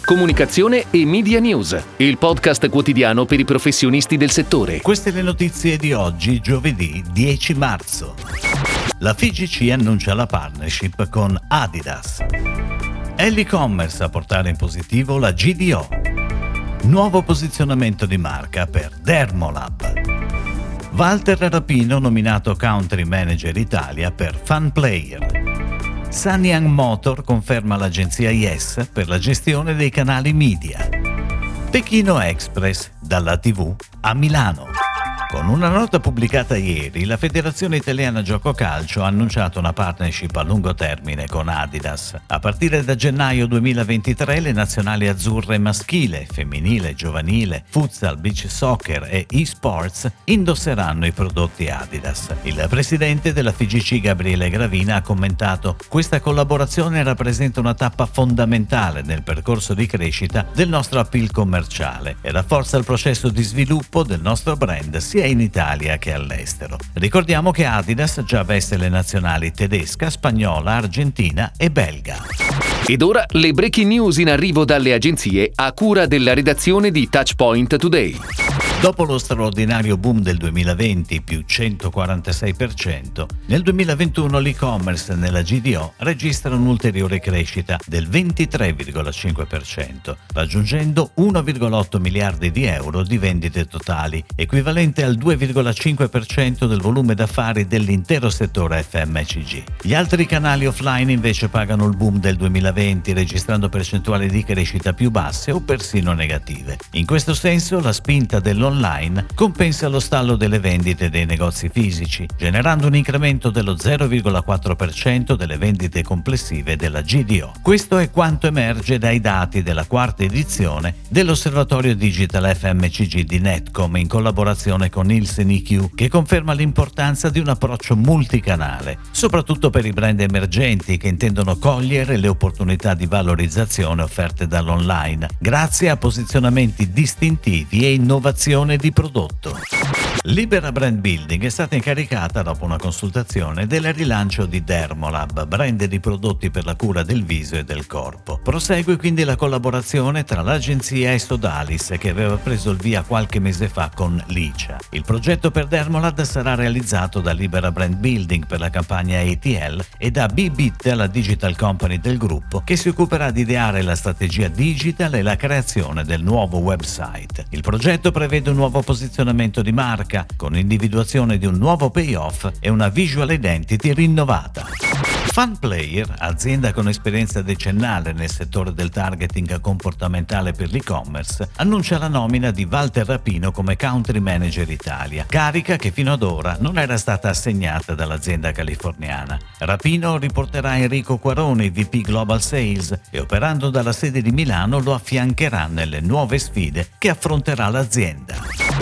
Comunicazione e Media News, il podcast quotidiano per i professionisti del settore. Queste le notizie di oggi, giovedì 10 marzo. La FIGC annuncia la partnership con Adidas. È l'e-commerce a portare in positivo la GDO. Nuovo posizionamento di marca per Dermolab. Walter Rapino nominato Country Manager Italia per Funplayer. Sanyang Motor conferma l'agenzia Yes per la gestione dei canali media. Pechino Express dalla TV a Milano. Con una nota pubblicata ieri, la Federazione Italiana Gioco Calcio ha annunciato una partnership a lungo termine con Adidas. A partire da gennaio 2023 le nazionali azzurre maschile, femminile, giovanile, futsal, beach soccer e e-sports indosseranno i prodotti Adidas. Il presidente della FIGC Gabriele Gravina ha commentato: questa collaborazione rappresenta una tappa fondamentale nel percorso di crescita del nostro appeal commerciale e rafforza il processo di sviluppo del nostro brand sia in Italia che all'estero. Ricordiamo che Adidas già veste le nazionali tedesca, spagnola, argentina e belga. Ed ora le breaking news in arrivo dalle agenzie a cura della redazione di Touchpoint Today. Dopo lo straordinario boom del 2020, più 146%, nel 2021 l'e-commerce nella GDO registra un'ulteriore crescita del 23,5%, raggiungendo 1,8 miliardi di euro di vendite totali, equivalente al 2,5% del volume d'affari dell'intero settore FMCG. Gli altri canali offline invece pagano il boom del 2020, registrando percentuali di crescita più basse o persino negative. In questo senso, la spinta dell'online compensa lo stallo delle vendite dei negozi fisici, generando un incremento dello 0,4% delle vendite complessive della GDO. Questo è quanto emerge dai dati della quarta edizione dell'Osservatorio Digital FMCG di Netcom in collaborazione con Nielsen IQ, che conferma l'importanza di un approccio multicanale, soprattutto per i brand emergenti che intendono cogliere le opportunità di valorizzazione offerte dall'online, grazie a posizionamenti distintivi e innovazione di prodotto. Libera Brand Building è stata incaricata, dopo una consultazione, del rilancio di Dermolab, brand di prodotti per la cura del viso e del corpo. Prosegue quindi la collaborazione tra l'agenzia e Sodalis, che aveva preso il via qualche mese fa con Licia. Il progetto per Dermolab sarà realizzato da Libera Brand Building per la campagna ATL e da BBIT, la digital company del gruppo, che si occuperà di ideare la strategia digital e la creazione del nuovo website. Il progetto prevede un nuovo posizionamento di marca, con individuazione di un nuovo payoff e una visual identity rinnovata. Funplayer, azienda con esperienza decennale nel settore del targeting comportamentale per l'e-commerce, annuncia la nomina di Walter Rapino come Country Manager Italia, carica che fino ad ora non era stata assegnata dall'azienda californiana. Rapino riporterà Enrico Quarone, VP Global Sales, e operando dalla sede di Milano lo affiancherà nelle nuove sfide che affronterà l'azienda.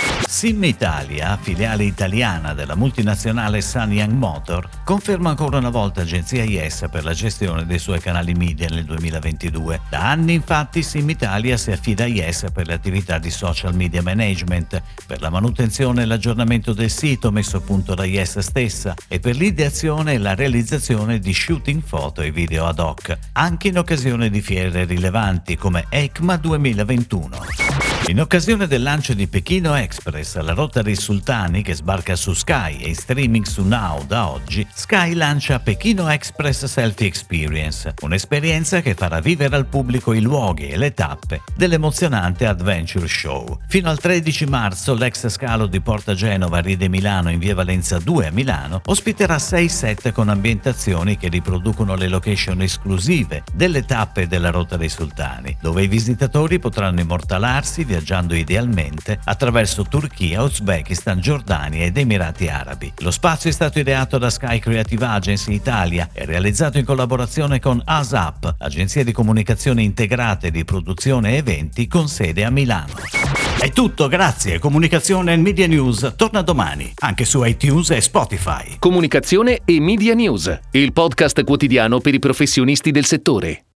Sim Italia, filiale italiana della multinazionale Sanyang Motor, conferma ancora una volta agenzia Yes per la gestione dei suoi canali media nel 2022. Da anni infatti Sim Italia si affida a Yes per le attività di social media management, per la manutenzione e l'aggiornamento del sito messo a punto da Yes stessa e per l'ideazione e la realizzazione di shooting foto e video ad hoc, anche in occasione di fiere rilevanti come EICMA 2021. In occasione del lancio di Pechino Express, la rotta dei sultani che sbarca su Sky e in streaming su Now da oggi, Sky lancia Pechino Express Selfie Experience, un'esperienza che farà vivere al pubblico i luoghi e le tappe dell'emozionante Adventure Show. Fino al 13 marzo l'ex scalo di Porta Genova Ride Milano in via Valenza 2 a Milano ospiterà 6 set con ambientazioni che riproducono le location esclusive delle tappe della rotta dei sultani, dove i visitatori potranno immortalarsi viaggiando idealmente attraverso Turchia, Uzbekistan, Giordania ed Emirati Arabi. Lo spazio è stato ideato da Sky Creative Agency Italia e realizzato in collaborazione con ASAP, agenzia di comunicazione integrate di produzione e eventi con sede a Milano. È tutto, grazie. Comunicazione e Media News torna domani, anche su iTunes e Spotify. Comunicazione e Media News, il podcast quotidiano per i professionisti del settore.